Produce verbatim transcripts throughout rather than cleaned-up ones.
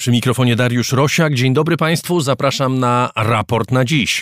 Przy mikrofonie Dariusz Rosiak. Dzień dobry Państwu, zapraszam na raport na dziś.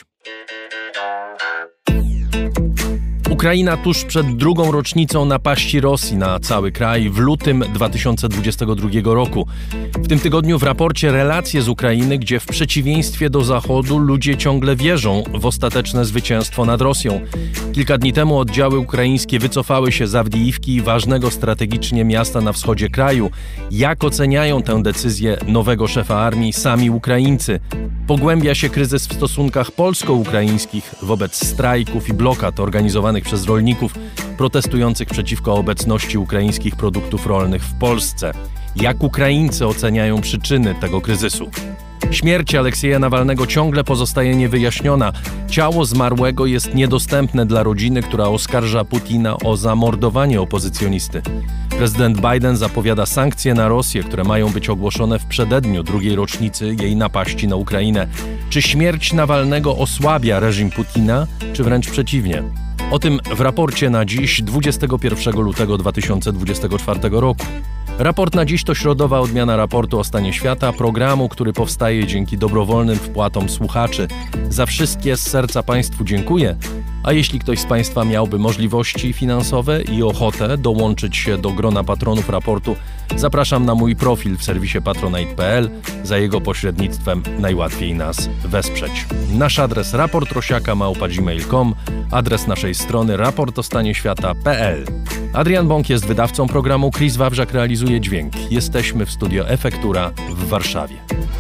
Ukraina tuż przed drugą rocznicą napaści Rosji na cały kraj w lutym dwa tysiące dwudziestego drugiego roku. W tym tygodniu w raporcie relacje z Ukrainy, gdzie w przeciwieństwie do Zachodu ludzie ciągle wierzą w ostateczne zwycięstwo nad Rosją. Kilka dni temu oddziały ukraińskie wycofały się z Awdijiwki, ważnego strategicznie miasta na wschodzie kraju. Jak oceniają tę decyzję nowego szefa armii sami Ukraińcy? Pogłębia się kryzys w stosunkach polsko-ukraińskich wobec strajków i blokad organizowanych przez rolników protestujących przeciwko obecności ukraińskich produktów rolnych w Polsce. Jak Ukraińcy oceniają przyczyny tego kryzysu? Śmierć Aleksieja Nawalnego ciągle pozostaje niewyjaśniona. Ciało zmarłego jest niedostępne dla rodziny, która oskarża Putina o zamordowanie opozycjonisty. Prezydent Biden zapowiada sankcje na Rosję, które mają być ogłoszone w przededniu drugiej rocznicy jej napaści na Ukrainę. Czy śmierć Nawalnego osłabia reżim Putina, czy wręcz przeciwnie? O tym w raporcie na dziś, dwudziestego pierwszego lutego dwa tysiące dwudziestego czwartego roku. Raport na dziś to środowa odmiana raportu o stanie świata, programu, który powstaje dzięki dobrowolnym wpłatom słuchaczy. Za wszystkie z serca Państwu dziękuję, a jeśli ktoś z Państwa miałby możliwości finansowe i ochotę dołączyć się do grona patronów raportu, zapraszam na mój profil w serwisie patronite kropka p l. Za jego pośrednictwem najłatwiej nas wesprzeć. Nasz adres raportrosiaka małpa gmail kropka com, adres naszej strony raportostanieświata kropka p l. Adrian Bąk jest wydawcą programu, Chris Wawrzak realizuje dźwięk. Jesteśmy w studio Efektura w Warszawie.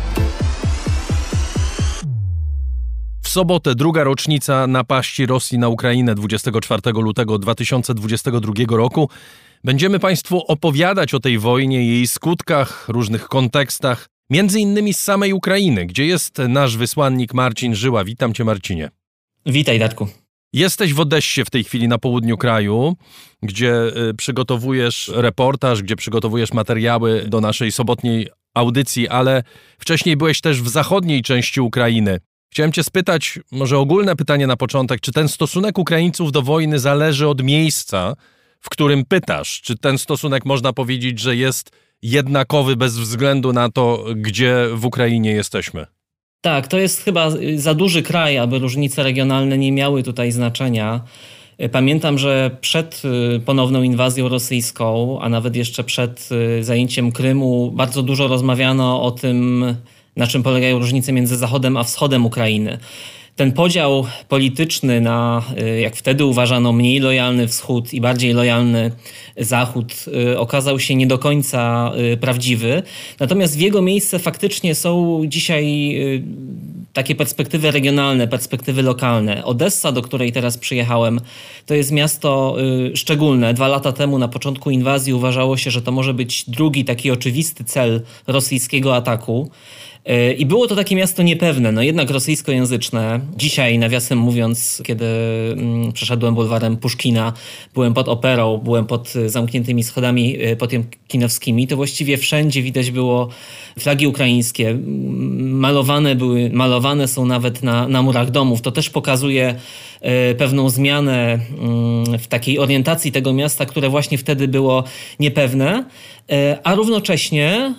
W sobotę druga rocznica napaści Rosji na Ukrainę dwudziestego czwartego lutego dwa tysiące dwudziestego drugiego roku. Będziemy Państwu opowiadać o tej wojnie, jej skutkach, różnych kontekstach, między innymi z samej Ukrainy, gdzie jest nasz wysłannik Marcin Żyła. Witam Cię, Marcinie. Witaj, Darku. Jesteś w Odessie w tej chwili na południu kraju, gdzie y, przygotowujesz reportaż, gdzie przygotowujesz materiały do naszej sobotniej audycji, ale wcześniej byłeś też w zachodniej części Ukrainy. Chciałem Cię spytać, może ogólne pytanie na początek, czy ten stosunek Ukraińców do wojny zależy od miejsca, w którym pytasz? Czy ten stosunek można powiedzieć, że jest jednakowy bez względu na to, gdzie w Ukrainie jesteśmy? Tak, to jest chyba za duży kraj, aby różnice regionalne nie miały tutaj znaczenia. Pamiętam, że przed ponowną inwazją rosyjską, a nawet jeszcze przed zajęciem Krymu, bardzo dużo rozmawiano o tym, na czym polegają różnice między Zachodem a Wschodem Ukrainy. Ten podział polityczny na, jak wtedy uważano, mniej lojalny Wschód i bardziej lojalny Zachód okazał się nie do końca prawdziwy. Natomiast w jego miejsce faktycznie są dzisiaj takie perspektywy regionalne, perspektywy lokalne. Odessa, do której teraz przyjechałem, to jest miasto szczególne. Dwa lata temu na początku inwazji uważało się, że to może być drugi taki oczywisty cel rosyjskiego ataku. I było to takie miasto niepewne, no jednak rosyjskojęzyczne. Dzisiaj, nawiasem mówiąc, kiedy przeszedłem bulwarem Puszkina, byłem pod operą, byłem pod zamkniętymi schodami potiomkinowskimi, to właściwie wszędzie widać było flagi ukraińskie. Malowane były, malowane są nawet na, na murach domów. To też pokazuje pewną zmianę w takiej orientacji tego miasta, które właśnie wtedy było niepewne, a równocześnie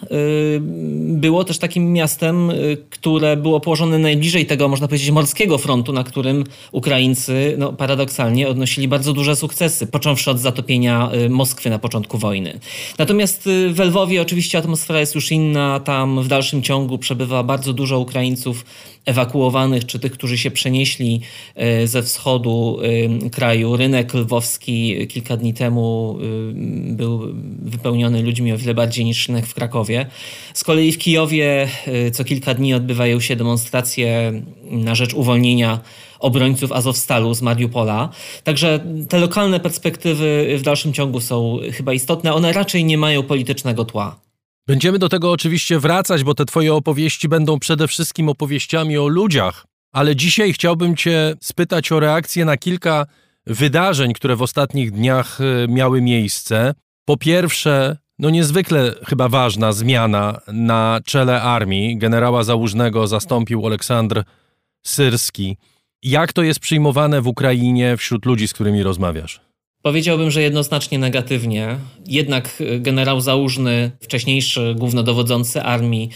było też takim miastem, które było położone najbliżej tego, można powiedzieć, morskiego frontu, na którym Ukraińcy no, paradoksalnie odnosili bardzo duże sukcesy, począwszy od zatopienia Moskwy na początku wojny. Natomiast w Lwowie oczywiście atmosfera jest już inna, tam w dalszym ciągu przebywa bardzo dużo Ukraińców ewakuowanych, czy tych, którzy się przenieśli ze wschodu kraju. Rynek lwowski kilka dni temu był wypełniony ludźmi o wiele bardziej niż rynek w Krakowie. Z kolei w Kijowie co kilka dni odbywają się demonstracje na rzecz uwolnienia obrońców Azowstalu z Mariupola. Także te lokalne perspektywy w dalszym ciągu są chyba istotne. One raczej nie mają politycznego tła. Będziemy do tego oczywiście wracać, bo te Twoje opowieści będą przede wszystkim opowieściami o ludziach. Ale dzisiaj chciałbym Cię spytać o reakcję na kilka wydarzeń, które w ostatnich dniach miały miejsce. Po pierwsze, no niezwykle chyba ważna zmiana na czele armii. Generała Załużnego zastąpił Oleksandr Syrski. Jak to jest przyjmowane w Ukrainie wśród ludzi, z którymi rozmawiasz? Powiedziałbym, że jednoznacznie negatywnie. Jednak generał Załużny, wcześniejszy głównodowodzący armii,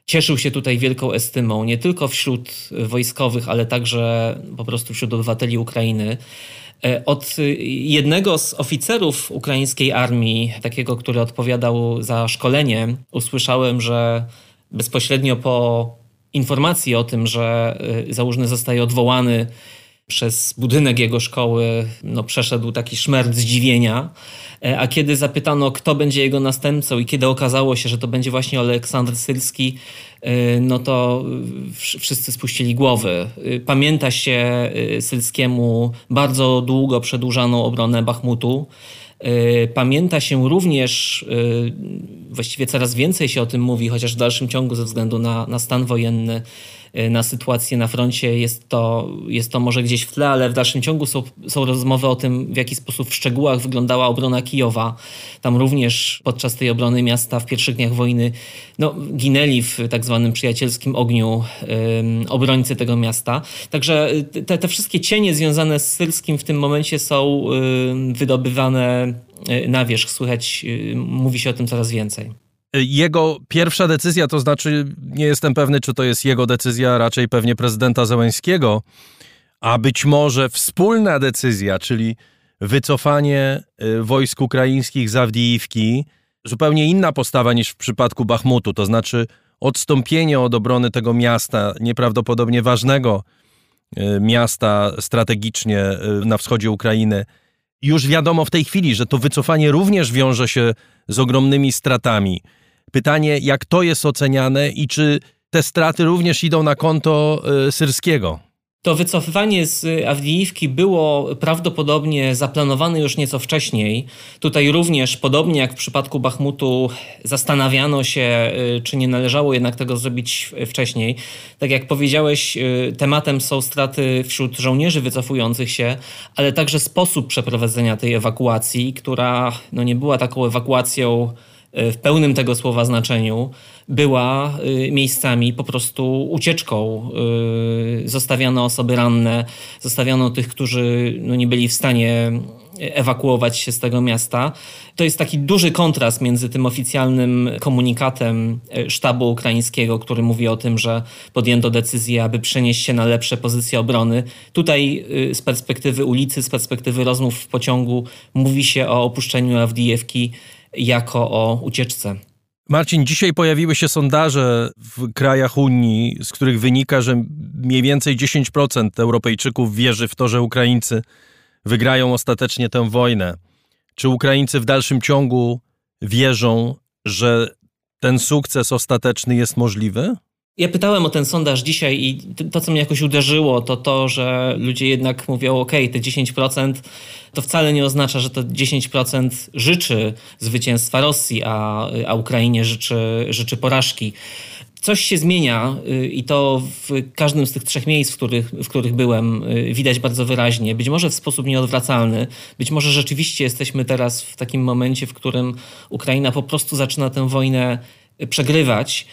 cieszył się tutaj wielką estymą, nie tylko wśród wojskowych, ale także po prostu wśród obywateli Ukrainy. Od jednego z oficerów ukraińskiej armii, takiego, który odpowiadał za szkolenie, usłyszałem, że bezpośrednio po informacji o tym, że Załużny zostaje odwołany, przez budynek jego szkoły no, przeszedł taki szmer zdziwienia, a kiedy zapytano, kto będzie jego następcą i kiedy okazało się, że to będzie właśnie Oleksandr Syrski, no to wszyscy spuścili głowy. Pamięta się Syrskiemu bardzo długo przedłużaną obronę Bachmutu. Pamięta się również, właściwie coraz więcej się o tym mówi, chociaż w dalszym ciągu ze względu na, na stan wojenny, na sytuację na froncie jest to, jest to może gdzieś w tle, ale w dalszym ciągu są, są rozmowy o tym, w jaki sposób w szczegółach wyglądała obrona Kijowa. Tam również podczas tej obrony miasta w pierwszych dniach wojny no, ginęli w tak zwanym przyjacielskim ogniu um, obrońcy tego miasta. Także te, te wszystkie cienie związane z Syrskim w tym momencie są um, wydobywane na wierzch. Słychać, um, mówi się o tym coraz więcej. Jego pierwsza decyzja, to znaczy nie jestem pewny, czy to jest jego decyzja, raczej pewnie prezydenta Zełenskiego, a być może wspólna decyzja, czyli wycofanie wojsk ukraińskich z Awdijiwki, zupełnie inna postawa niż w przypadku Bachmutu, to znaczy odstąpienie od obrony tego miasta, nieprawdopodobnie ważnego miasta strategicznie na wschodzie Ukrainy. Już wiadomo w tej chwili, że to wycofanie również wiąże się z ogromnymi stratami. Pytanie, jak to jest oceniane i czy te straty również idą na konto y, Syrskiego? To wycofywanie z Awdijiwki było prawdopodobnie zaplanowane już nieco wcześniej. Tutaj również, podobnie jak w przypadku Bachmutu, zastanawiano się, czy nie należało jednak tego zrobić wcześniej. Tak jak powiedziałeś, tematem są straty wśród żołnierzy wycofujących się, ale także sposób przeprowadzenia tej ewakuacji, która no, nie była taką ewakuacją w pełnym tego słowa znaczeniu, była miejscami po prostu ucieczką. Zostawiano osoby ranne, zostawiano tych, którzy no, nie byli w stanie ewakuować się z tego miasta. To jest taki duży kontrast między tym oficjalnym komunikatem sztabu ukraińskiego, który mówi o tym, że podjęto decyzję, aby przenieść się na lepsze pozycje obrony. Tutaj z perspektywy ulicy, z perspektywy rozmów w pociągu mówi się o opuszczeniu Awdijewki jako o ucieczce. Marcin, dzisiaj pojawiły się sondaże w krajach Unii, z których wynika, że mniej więcej dziesięć procent Europejczyków wierzy w to, że Ukraińcy wygrają ostatecznie tę wojnę. Czy Ukraińcy w dalszym ciągu wierzą, że ten sukces ostateczny jest możliwy? Ja pytałem o ten sondaż dzisiaj i to, co mnie jakoś uderzyło, to to, że ludzie jednak mówią, ok, te dziesięć procent to wcale nie oznacza, że to dziesięć procent życzy zwycięstwa Rosji, a, a Ukrainie życzy, życzy porażki. Coś się zmienia i to w każdym z tych trzech miejsc, w których, w których byłem, widać bardzo wyraźnie. Być może w sposób nieodwracalny. Być może rzeczywiście jesteśmy teraz w takim momencie, w którym Ukraina po prostu zaczyna tę wojnę przegrywać.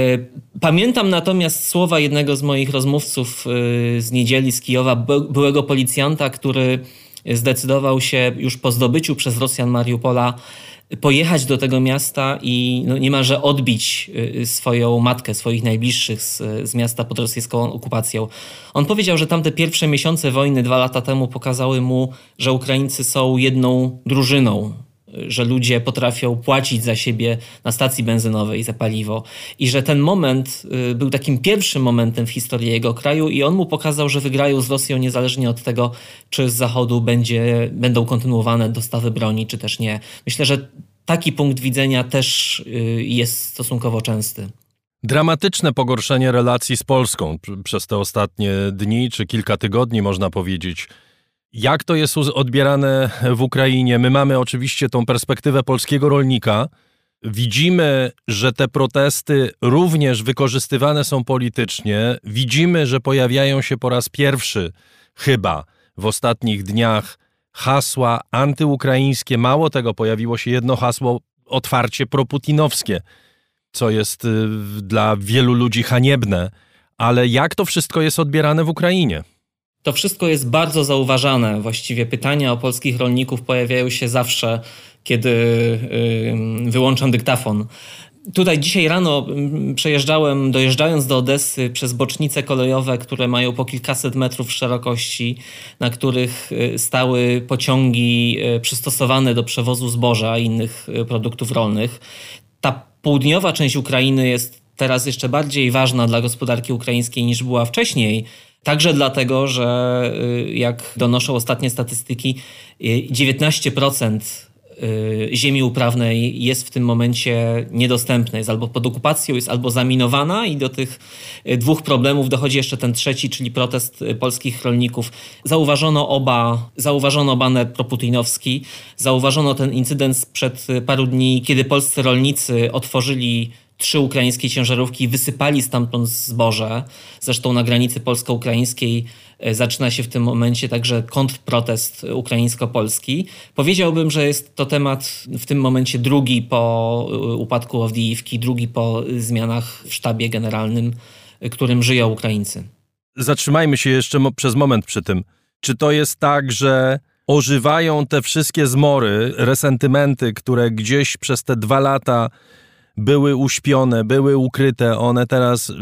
Pamiętam natomiast słowa jednego z moich rozmówców z niedzieli z Kijowa, byłego policjanta, który zdecydował się już po zdobyciu przez Rosjan Mariupola pojechać do tego miasta i no niemalże odbić swoją matkę, swoich najbliższych z, z miasta pod rosyjską okupacją. On powiedział, że tamte pierwsze miesiące wojny dwa lata temu pokazały mu, że Ukraińcy są jedną drużyną, że ludzie potrafią płacić za siebie na stacji benzynowej za paliwo i że ten moment był takim pierwszym momentem w historii jego kraju i on mu pokazał, że wygrają z Rosją niezależnie od tego, czy z Zachodu będzie, będą kontynuowane dostawy broni, czy też nie. Myślę, że taki punkt widzenia też jest stosunkowo częsty. Dramatyczne pogorszenie relacji z Polską przez te ostatnie dni, czy kilka tygodni można powiedzieć. Jak to jest odbierane w Ukrainie? My mamy oczywiście tą perspektywę polskiego rolnika. Widzimy, że te protesty również wykorzystywane są politycznie. Widzimy, że pojawiają się po raz pierwszy chyba w ostatnich dniach hasła antyukraińskie. Mało tego, pojawiło się jedno hasło otwarcie proputinowskie, co jest dla wielu ludzi haniebne. Ale jak to wszystko jest odbierane w Ukrainie? To wszystko jest bardzo zauważane. Właściwie pytania o polskich rolników pojawiają się zawsze, kiedy wyłączam dyktafon. Tutaj dzisiaj rano przejeżdżałem, dojeżdżając do Odessy przez bocznice kolejowe, które mają po kilkaset metrów szerokości, na których stały pociągi przystosowane do przewozu zboża i innych produktów rolnych. Ta południowa część Ukrainy jest teraz jeszcze bardziej ważna dla gospodarki ukraińskiej niż była wcześniej. Także dlatego, że jak donoszą ostatnie statystyki, dziewiętnaście procent ziemi uprawnej jest w tym momencie niedostępne. Jest albo pod okupacją, jest albo zaminowana i do tych dwóch problemów dochodzi jeszcze ten trzeci, czyli protest polskich rolników. Zauważono oba, zauważono baner proputinowski, zauważono ten incydent sprzed paru dni, kiedy polscy rolnicy otworzyli trzy ukraińskie ciężarówki, wysypali stamtąd zboże. Zresztą na granicy polsko-ukraińskiej zaczyna się w tym momencie także kontrprotest ukraińsko-polski. Powiedziałbym, że jest to temat w tym momencie drugi po upadku Awdijivki, drugi po zmianach w sztabie generalnym, którym żyją Ukraińcy. Zatrzymajmy się jeszcze mo- przez moment przy tym. Czy to jest tak, że ożywają te wszystkie zmory, resentymenty, które gdzieś przez te dwa lata były uśpione, były ukryte, one teraz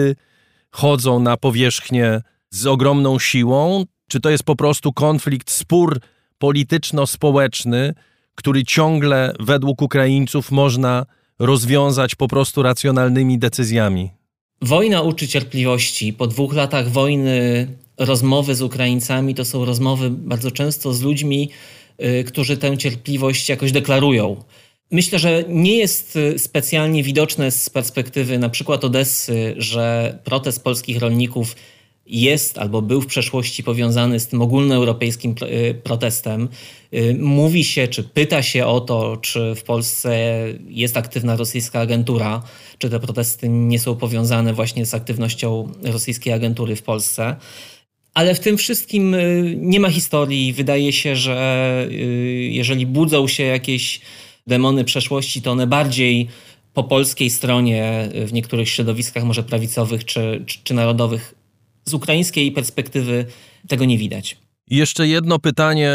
wychodzą na powierzchnię z ogromną siłą? Czy to jest po prostu konflikt, spór polityczno-społeczny, który ciągle według Ukraińców można rozwiązać po prostu racjonalnymi decyzjami? Wojna uczy cierpliwości. Po dwóch latach wojny rozmowy z Ukraińcami to są rozmowy bardzo często z ludźmi, yy, którzy tę cierpliwość jakoś deklarują. Myślę, że nie jest specjalnie widoczne z perspektywy na przykład Odessy, że protest polskich rolników jest albo był w przeszłości powiązany z tym ogólnoeuropejskim protestem. Mówi się, czy pyta się o to, czy w Polsce jest aktywna rosyjska agentura, czy te protesty nie są powiązane właśnie z aktywnością rosyjskiej agentury w Polsce. Ale w tym wszystkim nie ma historii. Wydaje się, że jeżeli budzą się jakieś demony przeszłości, to one bardziej po polskiej stronie, w niektórych środowiskach może prawicowych czy, czy, czy narodowych. Z ukraińskiej perspektywy tego nie widać. I jeszcze jedno pytanie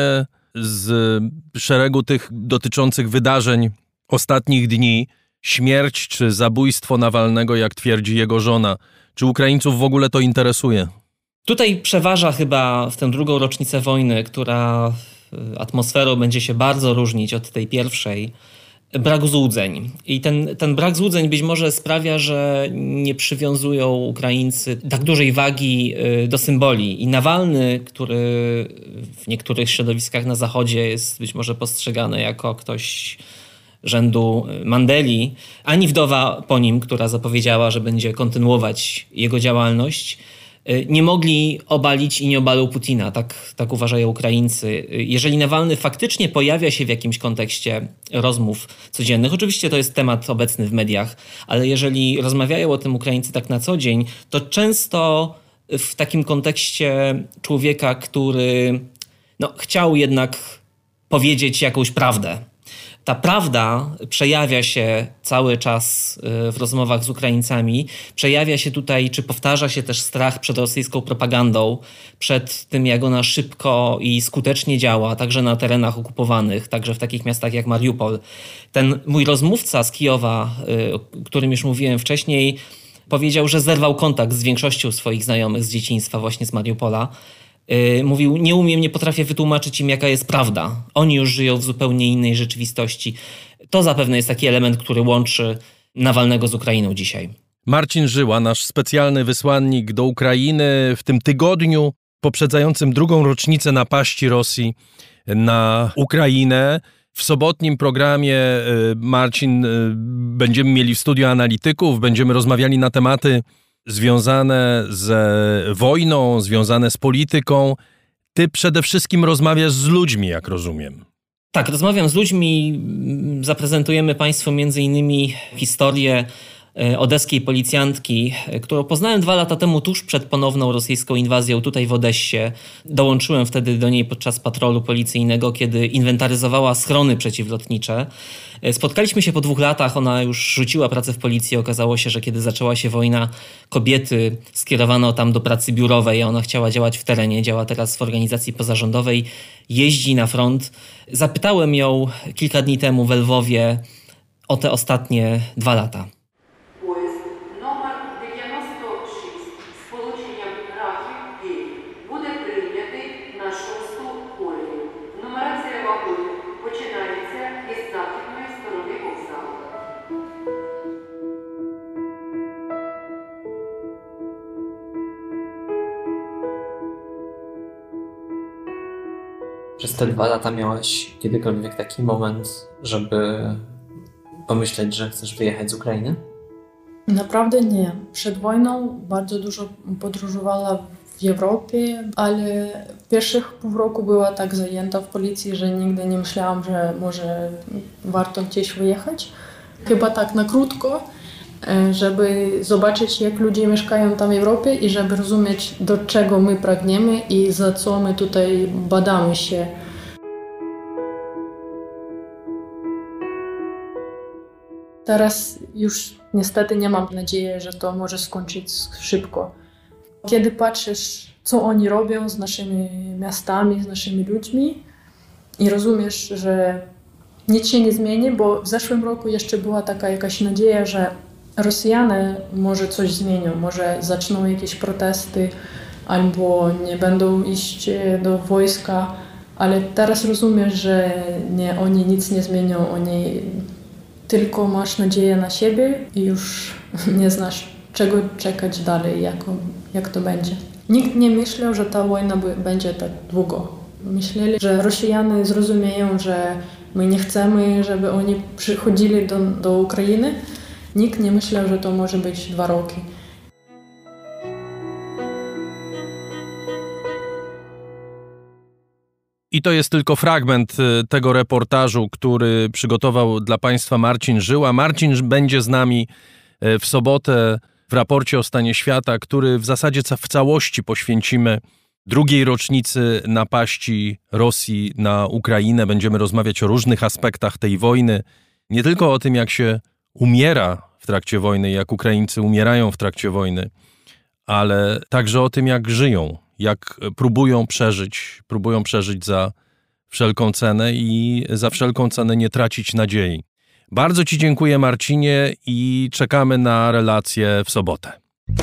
z szeregu tych dotyczących wydarzeń ostatnich dni. Śmierć czy zabójstwo Nawalnego, jak twierdzi jego żona. Czy Ukraińców w ogóle to interesuje? Tutaj przeważa chyba w tę drugą rocznicę wojny, która atmosferą będzie się bardzo różnić od tej pierwszej, brak złudzeń. I ten, ten brak złudzeń być może sprawia, że nie przywiązują Ukraińcy tak dużej wagi do symboli. I Nawalny, który w niektórych środowiskach na Zachodzie jest być może postrzegany jako ktoś rzędu Mandeli, ani wdowa po nim, która zapowiedziała, że będzie kontynuować jego działalność, nie mogli obalić i nie obalą Putina, tak, tak uważają Ukraińcy. Jeżeli Nawalny faktycznie pojawia się w jakimś kontekście rozmów codziennych, oczywiście to jest temat obecny w mediach, ale jeżeli rozmawiają o tym Ukraińcy tak na co dzień, to często w takim kontekście człowieka, który no, chciał jednak powiedzieć jakąś prawdę. Ta prawda przejawia się cały czas w rozmowach z Ukraińcami. Przejawia się tutaj, czy powtarza się też strach przed rosyjską propagandą, przed tym, jak ona szybko i skutecznie działa, także na terenach okupowanych, także w takich miastach jak Mariupol. Ten mój rozmówca z Kijowa, o którym już mówiłem wcześniej, powiedział, że zerwał kontakt z większością swoich znajomych z dzieciństwa, właśnie z Mariupola. Mówił, nie umiem, nie potrafię wytłumaczyć im, jaka jest prawda. Oni już żyją w zupełnie innej rzeczywistości. To zapewne jest taki element, który łączy Nawalnego z Ukrainą dzisiaj. Marcin Żyła, nasz specjalny wysłannik do Ukrainy w tym tygodniu poprzedzającym drugą rocznicę napaści Rosji na Ukrainę. W sobotnim programie, Marcin, będziemy mieli w studiu analityków, będziemy rozmawiali na tematy związane z wojną, związane z polityką. Ty przede wszystkim rozmawiasz z ludźmi, jak rozumiem. Tak, rozmawiam z ludźmi. Zaprezentujemy Państwu między innymi historię odeskiej policjantki, którą poznałem dwa lata temu tuż przed ponowną rosyjską inwazją tutaj w Odessie. Dołączyłem wtedy do niej podczas patrolu policyjnego, kiedy inwentaryzowała schrony przeciwlotnicze. Spotkaliśmy się po dwóch latach, ona już rzuciła pracę w policji. Okazało się, że kiedy zaczęła się wojna, kobiety skierowano tam do pracy biurowej, a ona chciała działać w terenie. Działa teraz w organizacji pozarządowej, jeździ na front. Zapytałem ją kilka dni temu w Lwowie o te ostatnie dwa lata. Przez te dwa lata miałeś kiedykolwiek taki moment, żeby pomyśleć, że chcesz wyjechać z Ukrainy? Naprawdę nie. Przed wojną bardzo dużo podróżowała w Europie, ale w pierwszych pół roku była tak zajęta w policji, że nigdy nie myślałam, że może warto gdzieś wyjechać. Chyba tak na krótko, żeby zobaczyć, jak ludzie mieszkają tam w Europie i żeby rozumieć, do czego my pragniemy i za co my tutaj badamy się. Teraz już niestety nie mam nadziei, że to może skończyć szybko. Kiedy patrzysz, co oni robią z naszymi miastami, z naszymi ludźmi i rozumiesz, że nic się nie zmieni, bo w zeszłym roku jeszcze była taka jakaś nadzieja, że Rosjanie może coś zmienią, może zaczną jakieś protesty albo nie będą iść do wojska, ale teraz rozumiesz, że nie, oni nic nie zmienią, oni tylko masz nadzieję na siebie i już nie znasz, czego czekać dalej, jak, jak to będzie. Nikt nie myślał, że ta wojna będzie tak długo. Myśleli, że Rosjanie zrozumieją, że my nie chcemy, żeby oni przychodzili do, do Ukrainy. Nikt nie myślał, że to może być dwa roki. I to jest tylko fragment tego reportażu, który przygotował dla Państwa Marcin Żyła. Marcin będzie z nami w sobotę w raporcie o stanie świata, który w zasadzie w całości poświęcimy drugiej rocznicy napaści Rosji na Ukrainę. Będziemy rozmawiać o różnych aspektach tej wojny. Nie tylko o tym, jak się umiera w trakcie wojny, jak Ukraińcy umierają w trakcie wojny, ale także o tym, jak żyją, jak próbują przeżyć, próbują przeżyć za wszelką cenę i za wszelką cenę nie tracić nadziei. Bardzo Ci dziękuję, Marcinie, i czekamy na relację w sobotę.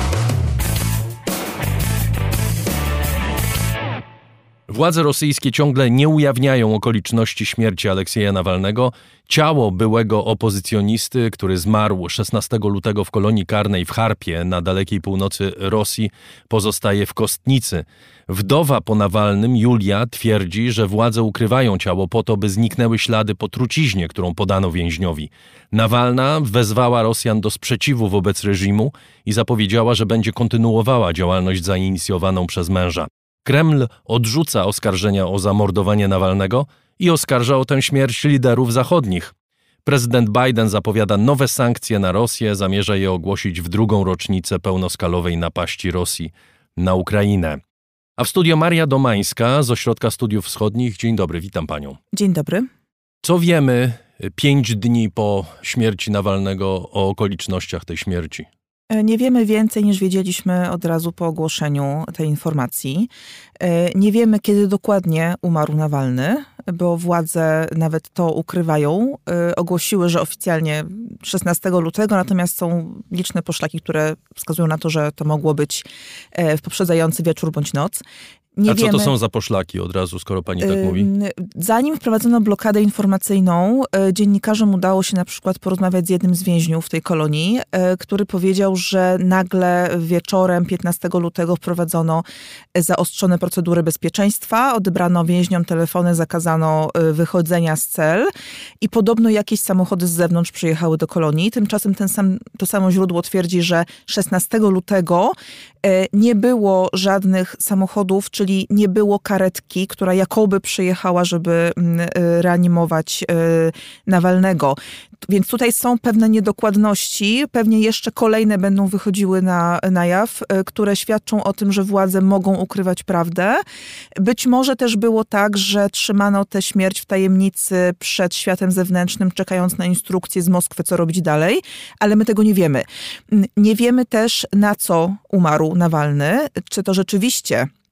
Władze rosyjskie ciągle nie ujawniają okoliczności śmierci Aleksieja Nawalnego. Ciało byłego opozycjonisty, który zmarł szesnastego lutego w kolonii karnej w Charpie na dalekiej północy Rosji, pozostaje w Kostnicy. Wdowa po Nawalnym, Julia, twierdzi, że władze ukrywają ciało po to, by zniknęły ślady po truciźnie, którą podano więźniowi. Nawalna wezwała Rosjan do sprzeciwu wobec reżimu i zapowiedziała, że będzie kontynuowała działalność zainicjowaną przez męża. Kreml odrzuca oskarżenia o zamordowanie Nawalnego i oskarża o tę śmierć liderów zachodnich. Prezydent Biden zapowiada nowe sankcje na Rosję, zamierza je ogłosić w drugą rocznicę pełnoskalowej napaści Rosji na Ukrainę. A w studio Maria Domańska z Ośrodka Studiów Wschodnich. Dzień dobry, witam panią. Dzień dobry. Co wiemy pięć dni po śmierci Nawalnego o okolicznościach tej śmierci? Nie wiemy więcej, niż wiedzieliśmy od razu po ogłoszeniu tej informacji. Nie wiemy, kiedy dokładnie umarł Nawalny, bo władze nawet to ukrywają. Ogłosiły, że oficjalnie szesnastego lutego, natomiast są liczne poszlaki, które wskazują na to, że to mogło być w poprzedzający wieczór bądź noc. Nie A co wiemy, to są za poszlaki od razu, skoro pani tak mówi? Zanim wprowadzono blokadę informacyjną, dziennikarzom udało się na przykład porozmawiać z jednym z więźniów w tej kolonii, który powiedział, że nagle wieczorem piętnastego lutego wprowadzono zaostrzone procedury bezpieczeństwa, odebrano więźniom telefony, zakazano wychodzenia z cel i podobno jakieś samochody z zewnątrz przyjechały do kolonii. Tymczasem ten sam, to samo źródło twierdzi, że szesnastego lutego nie było żadnych samochodów, czyli nie było karetki, która jakoby przyjechała, żeby reanimować Nawalnego. Więc tutaj są pewne niedokładności, pewnie jeszcze kolejne będą wychodziły na, na jaw, które świadczą o tym, że władze mogą ukrywać prawdę. Być może też było tak, że trzymano tę śmierć w tajemnicy przed światem zewnętrznym, czekając na instrukcje z Moskwy, co robić dalej, ale my tego nie wiemy. Nie wiemy też, na co umarł Nawalny. Czy to rzeczywiście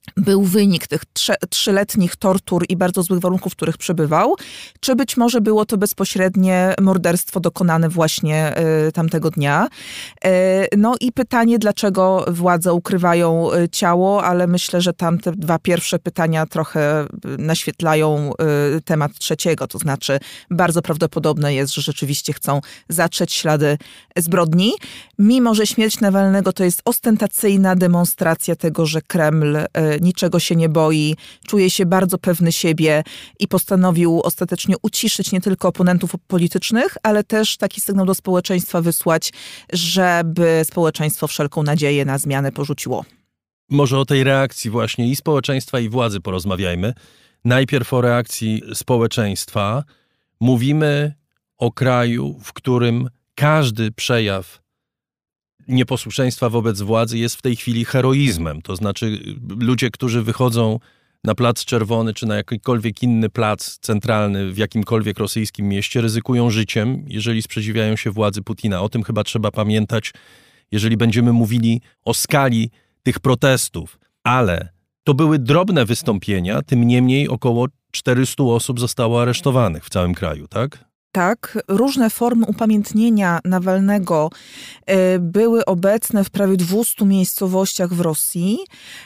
był wynik tych trze, trzyletnich tortur i bardzo złych warunków, w których przebywał, czy być może było to bezpośrednie morderstwo dokonane właśnie y, tamtego dnia. Y, no i pytanie, dlaczego władze ukrywają y, ciało, ale myślę, że tam te dwa pierwsze pytania trochę naświetlają y, temat trzeciego, to znaczy bardzo prawdopodobne jest, że rzeczywiście chcą zatrzeć ślady zbrodni, mimo że śmierć Nawalnego to jest ostentacyjna demonstracja tego, że Kreml y, niczego się nie boi, czuje się bardzo pewny siebie i postanowił ostatecznie uciszyć nie tylko oponentów politycznych, ale też taki sygnał do społeczeństwa wysłać, żeby społeczeństwo wszelką nadzieję na zmianę porzuciło. Może o tej reakcji właśnie i społeczeństwa, i władzy porozmawiajmy. Najpierw o reakcji społeczeństwa. Mówimy o kraju, w którym każdy przejaw nieposłuszeństwa wobec władzy jest w tej chwili heroizmem. To znaczy ludzie, którzy wychodzą na Plac Czerwony czy na jakikolwiek inny plac centralny w jakimkolwiek rosyjskim mieście, ryzykują życiem, jeżeli sprzeciwiają się władzy Putina. O tym chyba trzeba pamiętać, jeżeli będziemy mówili o skali tych protestów. Ale to były drobne wystąpienia, tym niemniej około czterysta osób zostało aresztowanych w całym kraju, tak? Tak, różne formy upamiętnienia Nawalnego były obecne w prawie dwustu miejscowościach w Rosji.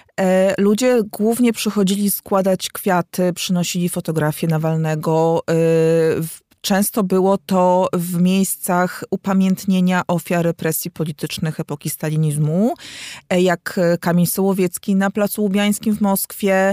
Ludzie głównie przychodzili składać kwiaty, przynosili fotografie Nawalnego. Często było to w miejscach upamiętnienia ofiar represji politycznych epoki stalinizmu, jak Kamień Sołowiecki na Placu Łubiańskim w Moskwie,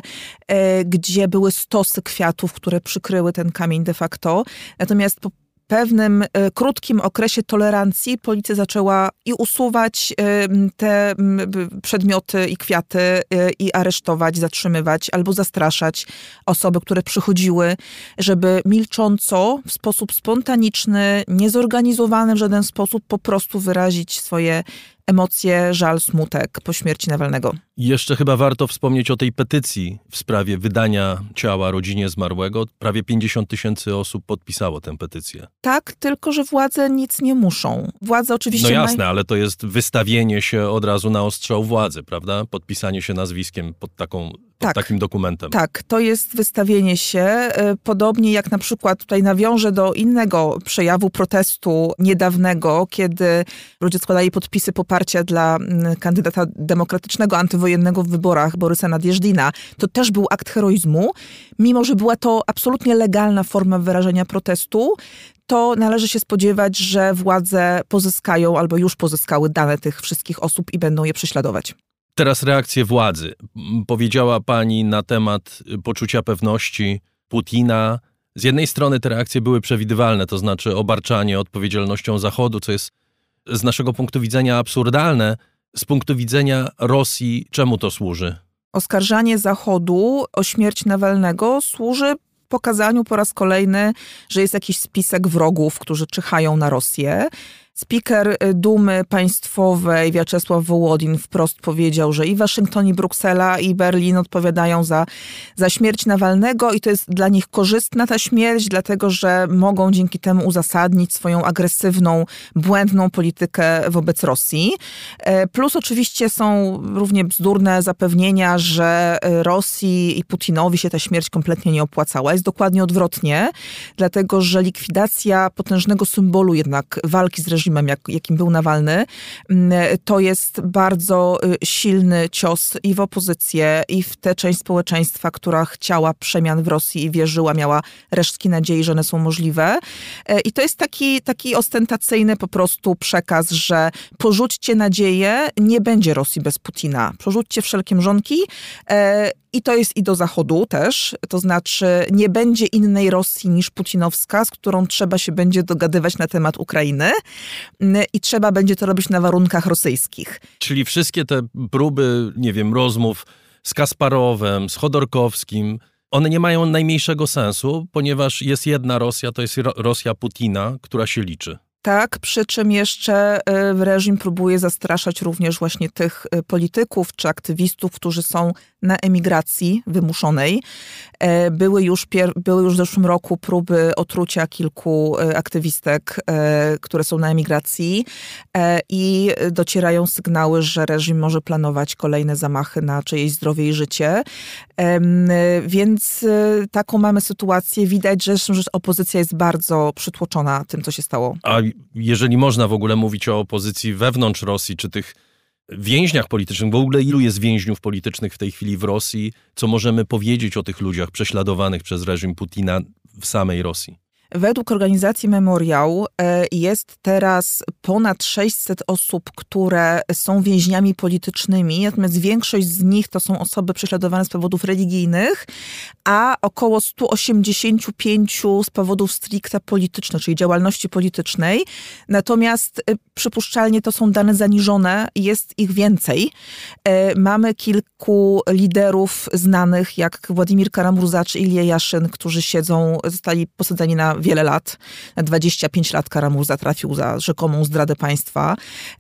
gdzie były stosy kwiatów, które przykryły ten kamień de facto. Natomiast po pewnym y, krótkim okresie tolerancji policja zaczęła i usuwać y, te y, przedmioty i kwiaty y, i aresztować, zatrzymywać albo zastraszać osoby, które przychodziły, żeby milcząco, w sposób spontaniczny, niezorganizowany w żaden sposób po prostu wyrazić swoje emocje, żal, smutek po śmierci Nawalnego. Jeszcze chyba warto wspomnieć o tej petycji w sprawie wydania ciała rodzinie zmarłego. Prawie pięćdziesiąt tysięcy osób podpisało tę petycję. Tak, tylko że władze nic nie muszą. Władze oczywiście... No jasne, maj... ale to jest wystawienie się od razu na ostrzał władzy, prawda? Podpisanie się nazwiskiem pod, taką, pod tak, takim dokumentem. Tak, to jest wystawienie się. Podobnie jak na przykład tutaj nawiążę do innego przejawu protestu niedawnego, kiedy ludzie składali podpisy poparcia dla kandydata demokratycznego, antywojennego w wyborach Borysa Nadjeżdina. To też był akt heroizmu. Mimo że była to absolutnie legalna forma wyrażenia protestu, to należy się spodziewać, że władze pozyskają albo już pozyskały dane tych wszystkich osób i będą je prześladować. Teraz reakcje władzy. Powiedziała pani na temat poczucia pewności Putina. Z jednej strony te reakcje były przewidywalne, to znaczy obarczanie odpowiedzialnością Zachodu, co jest z naszego punktu widzenia absurdalne. Z punktu widzenia Rosji, czemu to służy? Oskarżanie Zachodu o śmierć Nawalnego służy pokazaniu po raz kolejny, że jest jakiś spisek wrogów, którzy czyhają na Rosję. Spiker Dumy Państwowej Wiaczesław Wołodin wprost powiedział, że i Waszyngton, i Bruksela, i Berlin odpowiadają za, za śmierć Nawalnego i to jest dla nich korzystna ta śmierć, dlatego że mogą dzięki temu uzasadnić swoją agresywną, błędną politykę wobec Rosji. Plus oczywiście są równie bzdurne zapewnienia, że Rosji i Putinowi się ta śmierć kompletnie nie opłacała. Jest dokładnie odwrotnie, dlatego że likwidacja potężnego symbolu jednak walki z reżimem, Jak, jakim był Nawalny, to jest bardzo silny cios i w opozycję, i w tę część społeczeństwa, która chciała przemian w Rosji i wierzyła, miała resztki nadziei, że one są możliwe. I to jest taki, taki ostentacyjny po prostu przekaz, że porzućcie nadzieję, nie będzie Rosji bez Putina. Porzućcie wszelkie mrzonki. I to jest i do Zachodu też, to znaczy nie będzie innej Rosji niż putinowska, z którą trzeba się będzie dogadywać na temat Ukrainy i trzeba będzie to robić na warunkach rosyjskich. Czyli wszystkie te próby, nie wiem, rozmów z Kasparowem, z Chodorkowskim, one nie mają najmniejszego sensu, ponieważ jest jedna Rosja, to jest Rosja Putina, która się liczy. Tak, przy czym jeszcze reżim próbuje zastraszać również właśnie tych polityków czy aktywistów, którzy są na emigracji wymuszonej. Były już, pier- były już w zeszłym roku próby otrucia kilku aktywistek, które są na emigracji i docierają sygnały, że reżim może planować kolejne zamachy na czyjeś zdrowie i życie. Więc taką mamy sytuację. Widać, że, że opozycja jest bardzo przytłoczona tym, co się stało. A jeżeli można w ogóle mówić o opozycji wewnątrz Rosji, czy tych więźniach politycznych, w ogóle ilu jest więźniów politycznych w tej chwili w Rosji, co możemy powiedzieć o tych ludziach prześladowanych przez reżim Putina w samej Rosji? Według organizacji Memoriał jest teraz ponad sześćset osób, które są więźniami politycznymi, natomiast większość z nich to są osoby prześladowane z powodów religijnych, a około sto osiemdziesiąt pięć z powodów stricte politycznych, czyli działalności politycznej. Natomiast przypuszczalnie to są dane zaniżone, jest ich więcej. Mamy kilku liderów znanych, jak Władimir Kara-Murza czy Ilja Jaszyn, którzy siedzą, zostali posadzeni na wiele lat. Na dwadzieścia pięć lat Kara-Murza trafił za rzekomą zdradę państwa.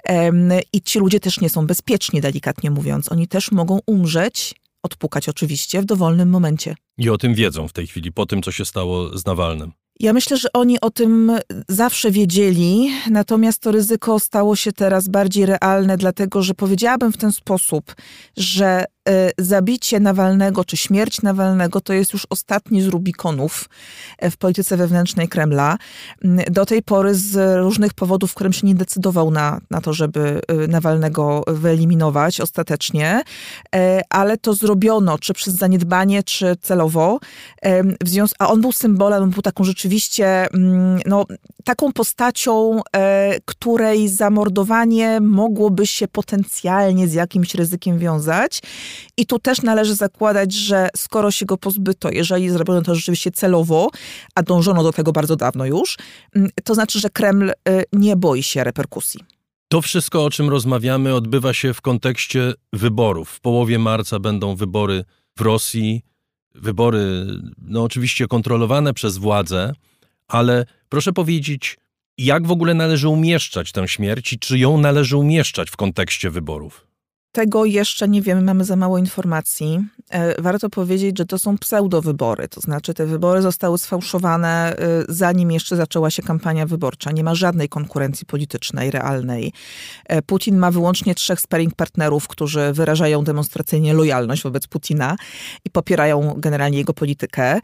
I ci ludzie też nie są bezpieczni, delikatnie mówiąc. Oni też mogą umrzeć, odpukać oczywiście, w dowolnym momencie. I o tym wiedzą w tej chwili, po tym, co się stało z Nawalnym. Ja myślę, że oni o tym zawsze wiedzieli, natomiast to ryzyko stało się teraz bardziej realne, dlatego że powiedziałabym w ten sposób, że zabicie Nawalnego czy śmierć Nawalnego to jest już ostatni z Rubikonów w polityce wewnętrznej Kremla. Do tej pory z różnych powodów Kreml się nie decydował na, na to, żeby Nawalnego wyeliminować ostatecznie, ale to zrobiono, czy przez zaniedbanie, czy celowo. W związku, a on był symbolem, on był taką rzeczywiście no, taką postacią, której zamordowanie mogłoby się potencjalnie z jakimś ryzykiem wiązać. I tu też należy zakładać, że skoro się go pozbyto, jeżeli zrobiono to rzeczywiście celowo, a dążono do tego bardzo dawno już, to znaczy, że Kreml nie boi się reperkusji. To wszystko, o czym rozmawiamy, odbywa się w kontekście wyborów. W połowie marca będą wybory w Rosji. Wybory, no oczywiście kontrolowane przez władze, ale proszę powiedzieć, jak w ogóle należy umieszczać tę śmierć i czy ją należy umieszczać w kontekście wyborów? Tego jeszcze nie wiemy, mamy za mało informacji. Warto powiedzieć, że to są pseudowybory, to znaczy te wybory zostały sfałszowane zanim jeszcze zaczęła się kampania wyborcza. Nie ma żadnej konkurencji politycznej, realnej. Putin ma wyłącznie trzech sparring partnerów, którzy wyrażają demonstracyjnie lojalność wobec Putina i popierają generalnie jego politykę.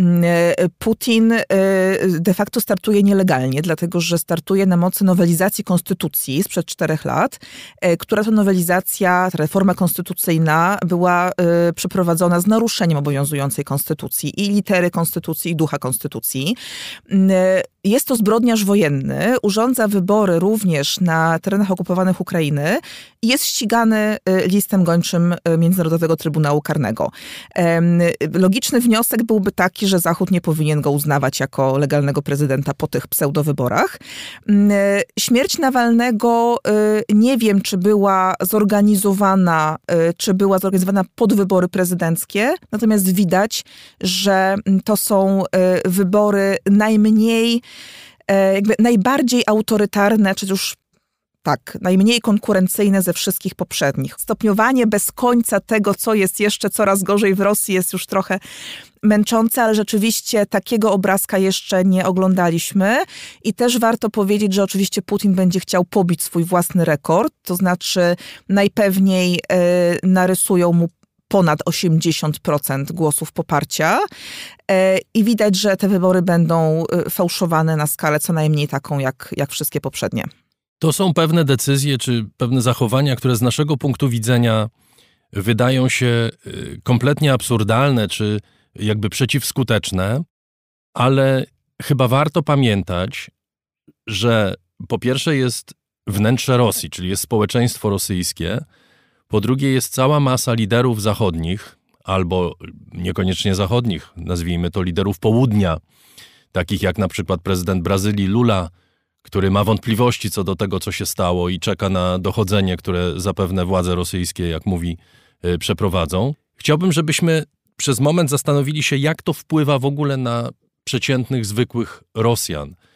Putin de facto startuje nielegalnie, dlatego że startuje na mocy nowelizacji konstytucji sprzed czterech lat, która to nowelizacja, ta reforma konstytucyjna była y, przeprowadzona z naruszeniem obowiązującej konstytucji i litery konstytucji i ducha konstytucji. Y, jest to zbrodniarz wojenny, urządza wybory również na terenach okupowanych Ukrainy i jest ścigany y, listem gończym y, Międzynarodowego Trybunału Karnego. Y, logiczny wniosek byłby taki, że Zachód nie powinien go uznawać jako legalnego prezydenta po tych pseudowyborach. Y, śmierć Nawalnego y, nie wiem, czy była zorganizowana zorganizowana, czy była zorganizowana pod wybory prezydenckie, natomiast widać, że to są wybory najmniej, jakby najbardziej autorytarne, czy już tak, najmniej konkurencyjne ze wszystkich poprzednich. Stopniowanie bez końca tego, co jest jeszcze coraz gorzej w Rosji, jest już trochę męczące, ale rzeczywiście takiego obrazka jeszcze nie oglądaliśmy. I też warto powiedzieć, że oczywiście Putin będzie chciał pobić swój własny rekord, to znaczy najpewniej y, narysują mu ponad osiemdziesiąt procent głosów poparcia y, i widać, że te wybory będą fałszowane na skalę co najmniej taką jak, jak wszystkie poprzednie. To są pewne decyzje czy pewne zachowania, które z naszego punktu widzenia wydają się kompletnie absurdalne czy jakby przeciwskuteczne, ale chyba warto pamiętać, że po pierwsze jest wnętrze Rosji, czyli jest społeczeństwo rosyjskie, po drugie jest cała masa liderów zachodnich, albo niekoniecznie zachodnich, nazwijmy to liderów południa, takich jak na przykład prezydent Brazylii Lula, który ma wątpliwości co do tego, co się stało i czeka na dochodzenie, które zapewne władze rosyjskie, jak mówi, przeprowadzą. Chciałbym, żebyśmy przez moment zastanowili się, jak to wpływa w ogóle na przeciętnych, zwykłych Rosjan.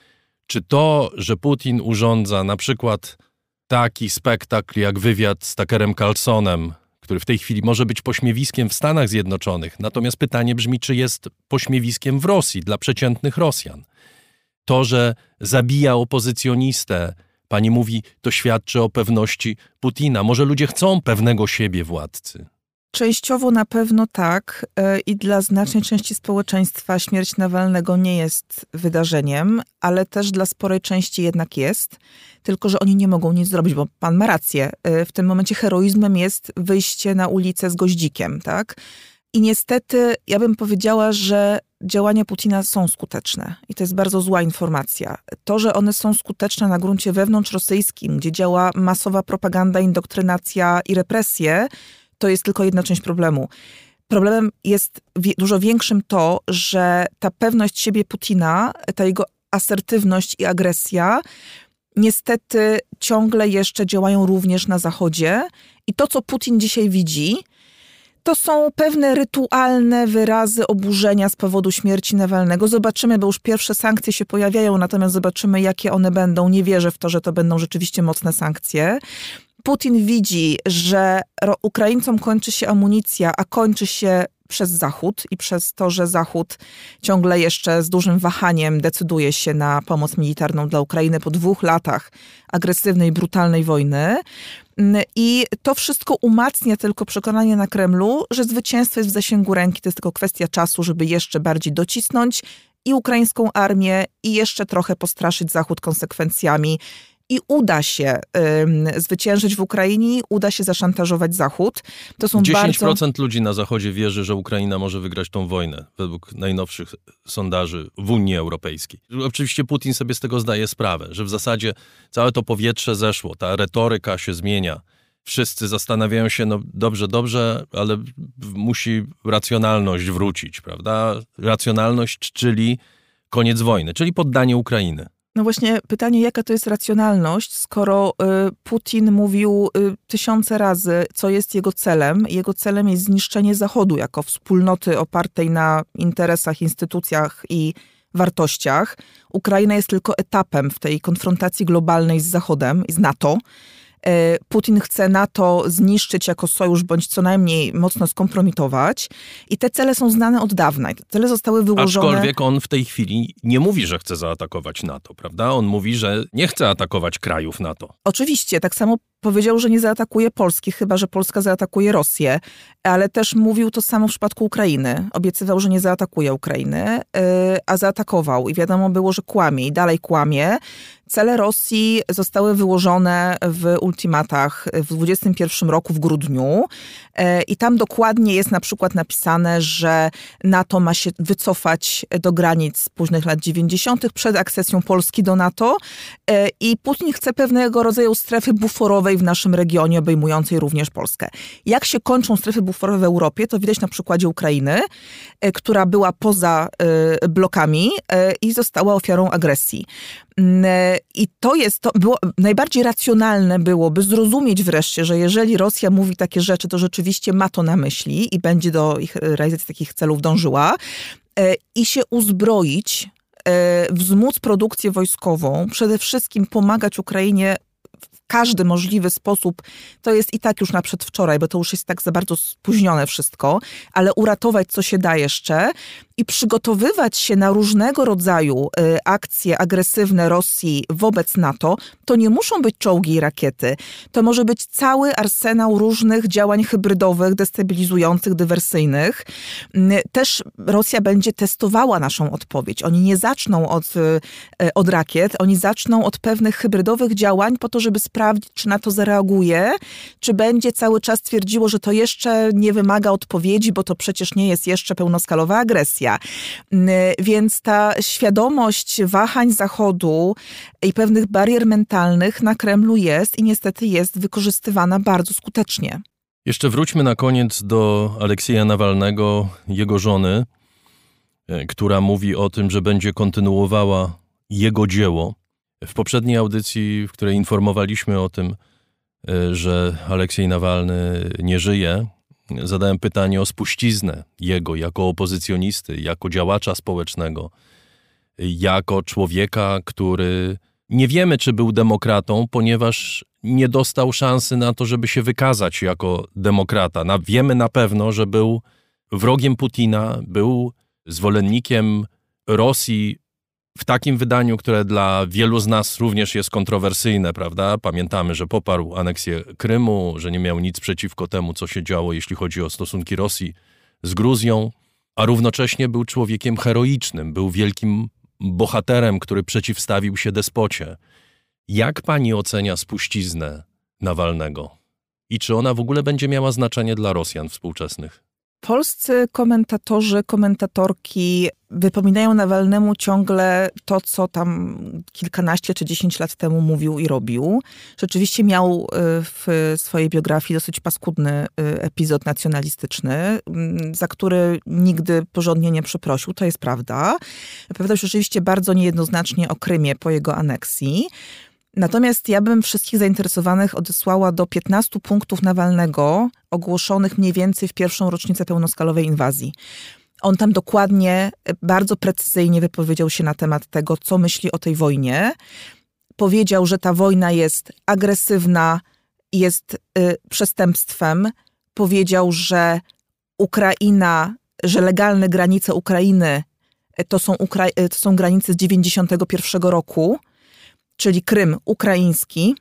Czy to, że Putin urządza na przykład taki spektakl jak wywiad z Tuckerem Carlsonem, który w tej chwili może być pośmiewiskiem w Stanach Zjednoczonych, natomiast pytanie brzmi, czy jest pośmiewiskiem w Rosji dla przeciętnych Rosjan. To, że zabija opozycjonistę, pani mówi, to świadczy o pewności Putina. Może ludzie chcą pewnego siebie władcy. Częściowo na pewno tak i dla znacznej części społeczeństwa śmierć Nawalnego nie jest wydarzeniem, ale też dla sporej części jednak jest, tylko że oni nie mogą nic zrobić, bo pan ma rację. W tym momencie heroizmem jest wyjście na ulicę z goździkiem, tak? I niestety ja bym powiedziała, że działania Putina są skuteczne i to jest bardzo zła informacja. To, że one są skuteczne na gruncie wewnątrzrosyjskim, gdzie działa masowa propaganda, indoktrynacja i represje, to jest tylko jedna część problemu. Problemem jest dużo większym to, że ta pewność siebie Putina, ta jego asertywność i agresja niestety ciągle jeszcze działają również na Zachodzie. I to, co Putin dzisiaj widzi, to są pewne rytualne wyrazy oburzenia z powodu śmierci Nawalnego. Zobaczymy, bo już pierwsze sankcje się pojawiają, natomiast zobaczymy, jakie one będą. Nie wierzę w to, że to będą rzeczywiście mocne sankcje. Putin widzi, że Ukraińcom kończy się amunicja, a kończy się przez Zachód i przez to, że Zachód ciągle jeszcze z dużym wahaniem decyduje się na pomoc militarną dla Ukrainy po dwóch latach agresywnej, brutalnej wojny. I to wszystko umacnia tylko przekonanie na Kremlu, że zwycięstwo jest w zasięgu ręki. To jest tylko kwestia czasu, żeby jeszcze bardziej docisnąć i ukraińską armię i jeszcze trochę postraszyć Zachód konsekwencjami. I uda się y, zwyciężyć w Ukrainie, uda się zaszantażować Zachód. To są dziesięć procent bardzo... ludzi na Zachodzie wierzy, że Ukraina może wygrać tą wojnę, według najnowszych sondaży w Unii Europejskiej. Oczywiście Putin sobie z tego zdaje sprawę, że w zasadzie całe to powietrze zeszło, ta retoryka się zmienia. Wszyscy zastanawiają się, no dobrze, dobrze, ale musi racjonalność wrócić, prawda? Racjonalność, czyli koniec wojny, czyli poddanie Ukrainy. No właśnie pytanie, jaka to jest racjonalność, skoro y, Putin mówił y, tysiące razy, co jest jego celem. Jego celem jest zniszczenie Zachodu jako wspólnoty opartej na interesach, instytucjach i wartościach. Ukraina jest tylko etapem w tej konfrontacji globalnej z Zachodem i z NATO. Putin chce NATO zniszczyć jako sojusz, bądź co najmniej mocno skompromitować. I te cele są znane od dawna. I te cele zostały wyłożone... Aczkolwiek on w tej chwili nie mówi, że chce zaatakować NATO, prawda? On mówi, że nie chce atakować krajów NATO. Oczywiście, tak samo powiedział, że nie zaatakuje Polski, chyba że Polska zaatakuje Rosję. Ale też mówił to samo w przypadku Ukrainy. Obiecywał, że nie zaatakuje Ukrainy, a zaatakował. I wiadomo było, że kłamie i dalej kłamie. Cele Rosji zostały wyłożone w ultimatach w dwudziestym pierwszym roku w grudniu i tam dokładnie jest na przykład napisane, że NATO ma się wycofać do granic z późnych lat dziewięćdziesiątych przed akcesją Polski do NATO i Putin chce pewnego rodzaju strefy buforowej w naszym regionie, obejmującej również Polskę. Jak się kończą strefy buforowe w Europie, to widać na przykładzie Ukrainy, która była poza blokami i została ofiarą agresji. I to jest, to było, najbardziej racjonalne byłoby zrozumieć wreszcie, że jeżeli Rosja mówi takie rzeczy, to rzeczywiście ma to na myśli i będzie do ich realizacji takich celów dążyła i się uzbroić, wzmóc produkcję wojskową, przede wszystkim pomagać Ukrainie w każdy możliwy sposób. To jest i tak już na przedwczoraj, bo to już jest tak za bardzo spóźnione wszystko, ale uratować co się da jeszcze i przygotowywać się na różnego rodzaju y, akcje agresywne Rosji wobec NATO, to nie muszą być czołgi i rakiety. To może być cały arsenał różnych działań hybrydowych, destabilizujących, dywersyjnych. Y, też Rosja będzie testowała naszą odpowiedź. Oni nie zaczną od, y, od rakiet, oni zaczną od pewnych hybrydowych działań po to, żeby sprawdzić, czy NATO zareaguje, czy będzie cały czas twierdziło, że to jeszcze nie wymaga odpowiedzi, bo to przecież nie jest jeszcze pełnoskalowa agresja. Więc ta świadomość wahań Zachodu i pewnych barier mentalnych na Kremlu jest i niestety jest wykorzystywana bardzo skutecznie. Jeszcze wróćmy na koniec do Aleksieja Nawalnego, jego żony, która mówi o tym, że będzie kontynuowała jego dzieło. W poprzedniej audycji, w której informowaliśmy o tym, że Aleksiej Nawalny nie żyje, zadałem pytanie o spuściznę jego jako opozycjonisty, jako działacza społecznego. jako człowieka, który nie wiemy, czy był demokratą, ponieważ nie dostał szansy na to, żeby się wykazać jako demokrata. Na, wiemy na pewno, że był wrogiem Putina, był zwolennikiem Rosji w takim wydaniu, które dla wielu z nas również jest kontrowersyjne, prawda? Pamiętamy, że poparł aneksję Krymu, że nie miał nic przeciwko temu, co się działo, jeśli chodzi o stosunki Rosji z Gruzją, a równocześnie był człowiekiem heroicznym, był wielkim bohaterem, który przeciwstawił się despocie. Jak pani ocenia spuściznę Nawalnego? I czy ona w ogóle będzie miała znaczenie dla Rosjan współczesnych? Polscy komentatorzy, komentatorki wypominają Nawalnemu ciągle to, co tam kilkanaście czy dziesięć lat temu mówił i robił. Rzeczywiście miał w swojej biografii dosyć paskudny epizod nacjonalistyczny, za który nigdy porządnie nie przeprosił, to jest prawda. Opowiadał się rzeczywiście bardzo niejednoznacznie o Krymie po jego aneksji. Natomiast ja bym wszystkich zainteresowanych odesłała do piętnastu punktów Nawalnego, ogłoszonych mniej więcej w pierwszą rocznicę pełnoskalowej inwazji. On tam dokładnie, bardzo precyzyjnie wypowiedział się na temat tego, co myśli o tej wojnie. Powiedział, że ta wojna jest agresywna, jest y, przestępstwem. Powiedział, że Ukraina, że legalne granice Ukrainy to są, Ukra- to są granice z dziewięćdziesiątego pierwszego roku, czyli Krym ukraiński.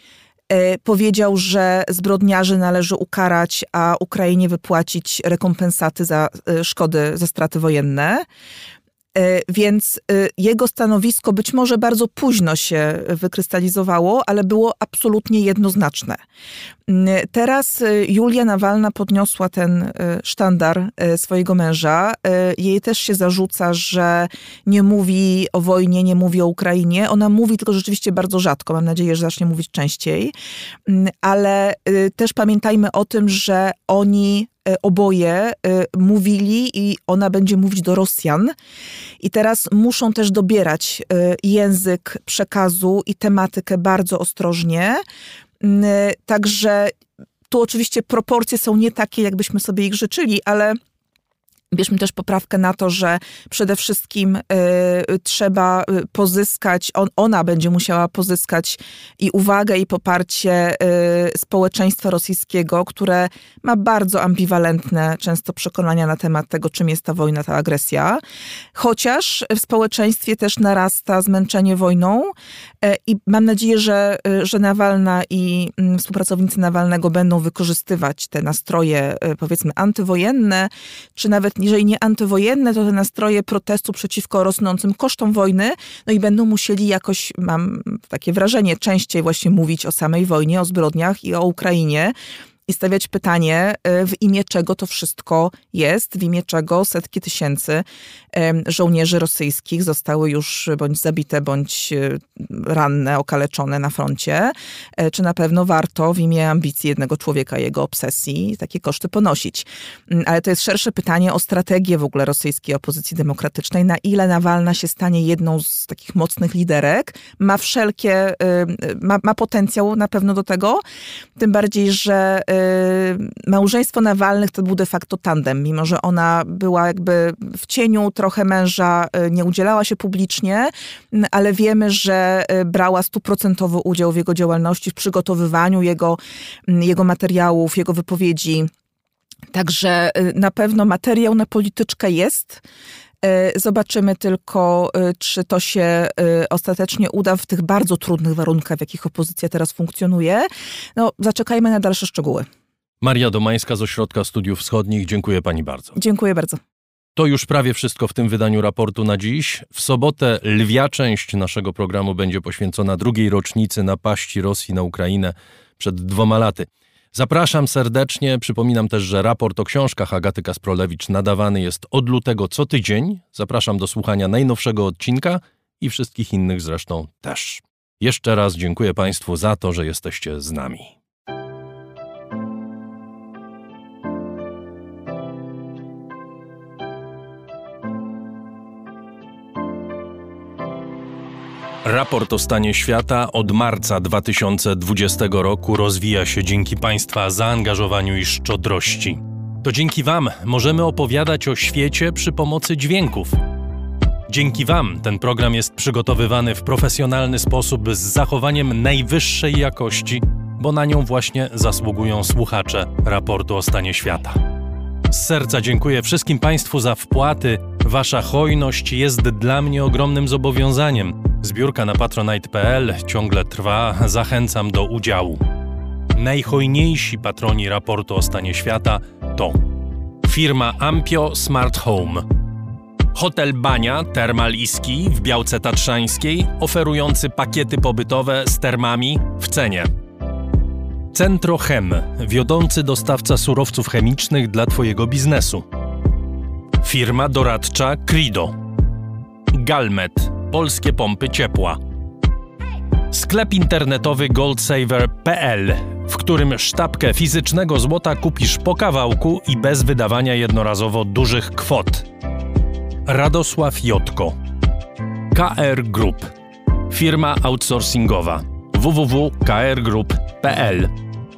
E, powiedział, że zbrodniarzy należy ukarać, a Ukrainie wypłacić rekompensaty za e, szkody, za straty wojenne. E, więc e, jego stanowisko być może bardzo późno się wykrystalizowało, ale było absolutnie jednoznaczne. E, teraz e, Julia Nawalna podniosła ten e, sztandar e, swojego męża. E, jej też się zarzuca, że nie mówi o wojnie, nie mówi o Ukrainie. Ona mówi tylko rzeczywiście bardzo rzadko. Mam nadzieję, że zacznie mówić częściej. E, ale e, też pamiętajmy o tym, że oni oboje y, mówili i ona będzie mówić do Rosjan. I teraz muszą też dobierać y, język przekazu i tematykę bardzo ostrożnie. Y, także tu oczywiście proporcje są nie takie, jakbyśmy sobie ich życzyli, ale bierzmy też poprawkę na to, że przede wszystkim y, trzeba pozyskać, on, ona będzie musiała pozyskać i uwagę, i poparcie y, społeczeństwa rosyjskiego, które ma bardzo ambiwalentne często przekonania na temat tego, czym jest ta wojna, ta agresja. Chociaż w społeczeństwie też narasta zmęczenie wojną y, i mam nadzieję, że, y, że Nawalna i y, współpracownicy Nawalnego będą wykorzystywać te nastroje, y, powiedzmy, antywojenne, czy nawet jeżeli nie antywojenne, to te nastroje protestu przeciwko rosnącym kosztom wojny, no i będą musieli jakoś, mam takie wrażenie, częściej właśnie mówić o samej wojnie, o zbrodniach i o Ukrainie i stawiać pytanie, w imię czego to wszystko jest, w imię czego setki tysięcy żołnierzy rosyjskich zostały już bądź zabite, bądź ranne, okaleczone na froncie. Czy na pewno warto w imię ambicji jednego człowieka, jego obsesji takie koszty ponosić. Ale to jest szersze pytanie o strategię w ogóle rosyjskiej opozycji demokratycznej, na ile Nawalna się stanie jedną z takich mocnych liderek. Ma wszelkie, ma, ma potencjał na pewno do tego, tym bardziej, że małżeństwo Nawalnych to był de facto tandem, mimo że ona była jakby w cieniu trochę męża, nie udzielała się publicznie, ale wiemy, że brała stuprocentowy udział w jego działalności, w przygotowywaniu jego, jego materiałów, jego wypowiedzi. Także na pewno materiał na polityczkę jest. Zobaczymy tylko, czy to się ostatecznie uda w tych bardzo trudnych warunkach, w jakich opozycja teraz funkcjonuje. No, zaczekajmy na dalsze szczegóły. Maria Domańska z Ośrodka Studiów Wschodnich. Dziękuję pani bardzo. Dziękuję bardzo. To już prawie wszystko w tym wydaniu raportu na dziś. W sobotę lwia część naszego programu będzie poświęcona drugiej rocznicy napaści Rosji na Ukrainę przed dwoma laty. Zapraszam serdecznie. Przypominam też, że raport o książkach Agaty Kasprolewicz nadawany jest od lutego co tydzień. Zapraszam do słuchania najnowszego odcinka i wszystkich innych zresztą też. Jeszcze raz dziękuję państwu za to, że jesteście z nami. Raport o stanie świata od marca dwa tysiące dwudziestego roku rozwija się dzięki państwa zaangażowaniu i szczodrości. To dzięki wam możemy opowiadać o świecie przy pomocy dźwięków. Dzięki Wam ten program jest przygotowywany w profesjonalny sposób z zachowaniem najwyższej jakości, bo na nią właśnie zasługują słuchacze raportu o stanie świata. Z serca dziękuję wszystkim Państwu za wpłaty. Wasza hojność jest dla mnie ogromnym zobowiązaniem. Zbiórka na patronite kropka p l ciągle trwa. Zachęcam do udziału. Najhojniejsi patroni raportu o stanie świata to firma Ampio Smart Home, Hotel Bania Termal i Ski w Białce Tatrzańskiej, oferujący pakiety pobytowe z termami w cenie. Centrochem, wiodący dostawca surowców chemicznych dla Twojego biznesu. Firma doradcza Crido. Galmet, polskie pompy ciepła. Sklep internetowy goldsaver kropka p l, w którym sztabkę fizycznego złota kupisz po kawałku i bez wydawania jednorazowo dużych kwot. Radosław Jotko. K R Group, firma outsourcingowa. w w w kropka k r group kropka p l.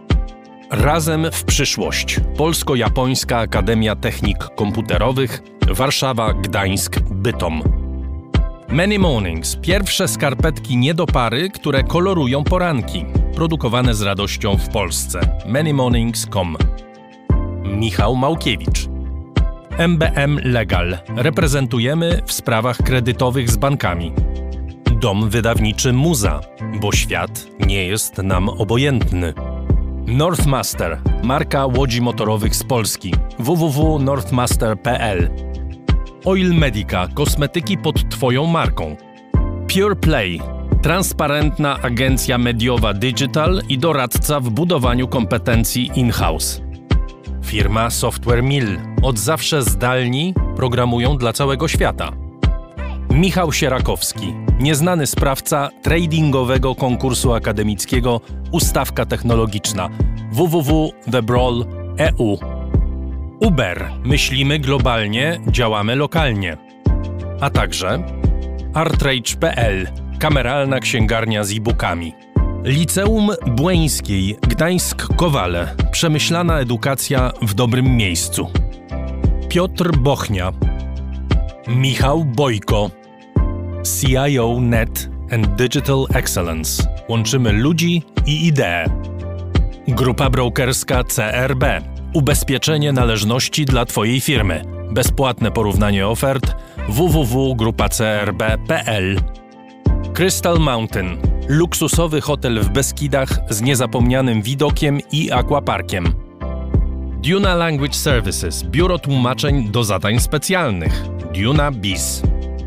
Razem w przyszłość. Polsko-Japońska Akademia Technik Komputerowych, Warszawa, Gdańsk, Bytom. Many Mornings. Pierwsze skarpetki nie do pary, które kolorują poranki. Produkowane z radością w Polsce. many mornings kropka com. Michał Małkiewicz. M B M Legal. Reprezentujemy w sprawach kredytowych z bankami. Dom wydawniczy Muza, bo świat nie jest nam obojętny. Northmaster, marka łodzi motorowych z Polski. w w w kropka northmaster kropka p l. Oil Medica, kosmetyki pod Twoją marką. Pure Play, transparentna agencja mediowa digital i doradca w budowaniu kompetencji in-house. Firma Software Mill, od zawsze zdalni, programują dla całego świata. Michał Sierakowski, nieznany sprawca tradingowego konkursu akademickiego Ustawka Technologiczna. w w w kropka the brawl kropka e u. Uber, myślimy globalnie, działamy lokalnie. A także artrage kropka p l, kameralna księgarnia z e-bookami. Liceum Błeńskiej, Gdańsk-Kowale, przemyślana edukacja w dobrym miejscu. Piotr Bochnia. Michał Bojko. C I O Net and Digital Excellence. Łączymy ludzi i idee. Grupa brokerska C R B. Ubezpieczenie należności dla Twojej firmy. Bezpłatne porównanie ofert. w w w kropka grupa c r b kropka p l. Crystal Mountain. Luksusowy hotel w Beskidach z niezapomnianym widokiem i aquaparkiem. Duna Language Services. Biuro tłumaczeń do zadań specjalnych. Duna Biz.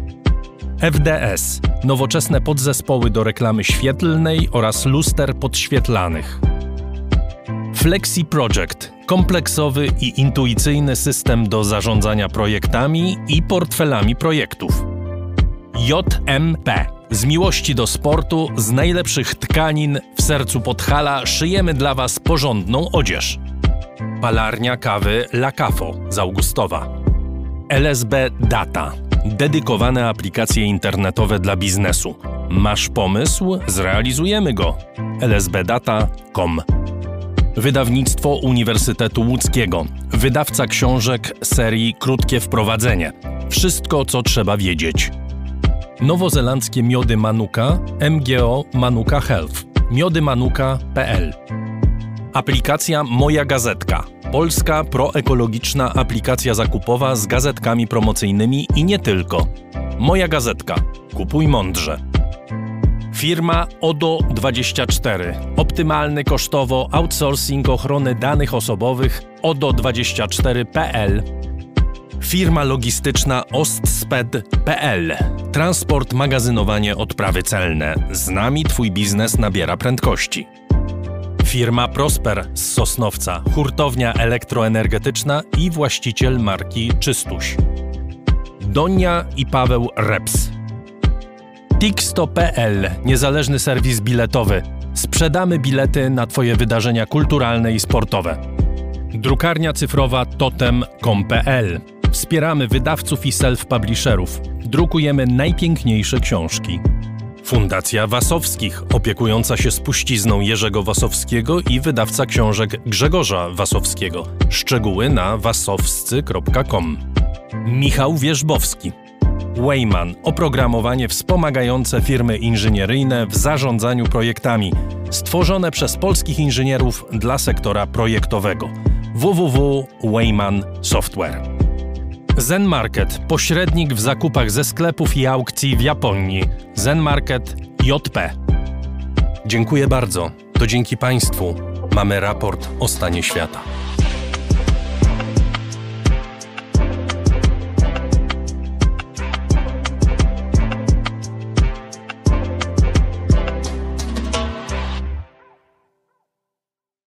F D S. Nowoczesne podzespoły do reklamy świetlnej oraz luster podświetlanych. Flexi Project. Kompleksowy i intuicyjny system do zarządzania projektami i portfelami projektów. J M P. Z miłości do sportu, z najlepszych tkanin w sercu Podhala szyjemy dla Was porządną odzież. Palarnia kawy La Cafo z Augustowa. L S B Data. Dedykowane aplikacje internetowe dla biznesu. Masz pomysł? Zrealizujemy go. l s b data kropka com. Wydawnictwo Uniwersytetu Łódzkiego. Wydawca książek serii Krótkie Wprowadzenie. Wszystko, co trzeba wiedzieć. Nowozelandzkie miody Manuka, M G O Manuka Health. miody manuka kropka p l. Aplikacja Moja Gazetka. Polska proekologiczna aplikacja zakupowa z gazetkami promocyjnymi i nie tylko. Moja Gazetka. Kupuj mądrze. Firma O D O dwadzieścia cztery. Optymalny kosztowo outsourcing ochrony danych osobowych O D O dwadzieścia cztery kropka p l. Firma logistyczna ostsped kropka p l. Transport, magazynowanie, odprawy celne. Z nami Twój biznes nabiera prędkości. Firma Prosper z Sosnowca, hurtownia elektroenergetyczna i właściciel marki Czystuś. Donia i Paweł Reps. Tixto kropka p l, niezależny serwis biletowy. Sprzedamy bilety na Twoje wydarzenia kulturalne i sportowe. Drukarnia cyfrowa totem kropka com kropka p l. Wspieramy wydawców i self-publisherów. Drukujemy najpiękniejsze książki. Fundacja Wasowskich, opiekująca się spuścizną Jerzego Wasowskiego i wydawca książek Grzegorza Wasowskiego. Szczegóły na wasowscy kropka com. Michał Wierzbowski. Wayman – oprogramowanie wspomagające firmy inżynieryjne w zarządzaniu projektami, stworzone przez polskich inżynierów dla sektora projektowego. w w w kropka wayman software. Zen Market – pośrednik w zakupach ze sklepów i aukcji w Japonii. Zen Market J P. Dziękuję bardzo. To dzięki Państwu mamy raport o stanie świata.